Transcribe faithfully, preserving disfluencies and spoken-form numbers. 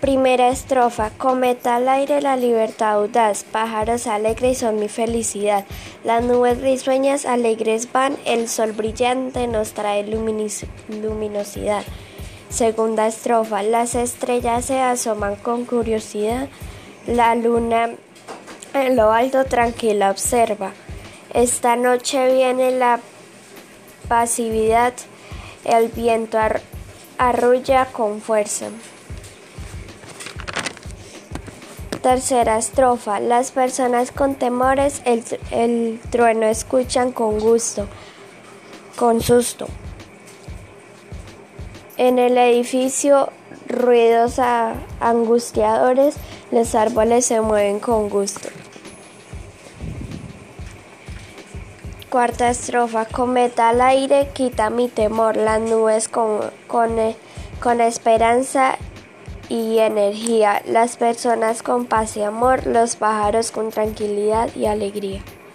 Primera estrofa. Cometa al aire la libertad audaz, pájaros alegres son mi felicidad. Las nubes risueñas alegres van, el sol brillante nos trae luminis- luminosidad. Segunda estrofa. Las estrellas se asoman con curiosidad, la luna en lo alto tranquila observa. Esta noche viene la pasividad, el viento ar- arrulla con fuerza. Tercera estrofa. Las personas con temores el, el trueno escuchan con gusto, con susto. En el edificio ruidos a, angustiadores, los árboles se mueven con gusto. Cuarta estrofa. Cometa al aire quita mi temor, las nubes con, con, con esperanza y energía, las personas con paz y amor, los pájaros con tranquilidad y alegría.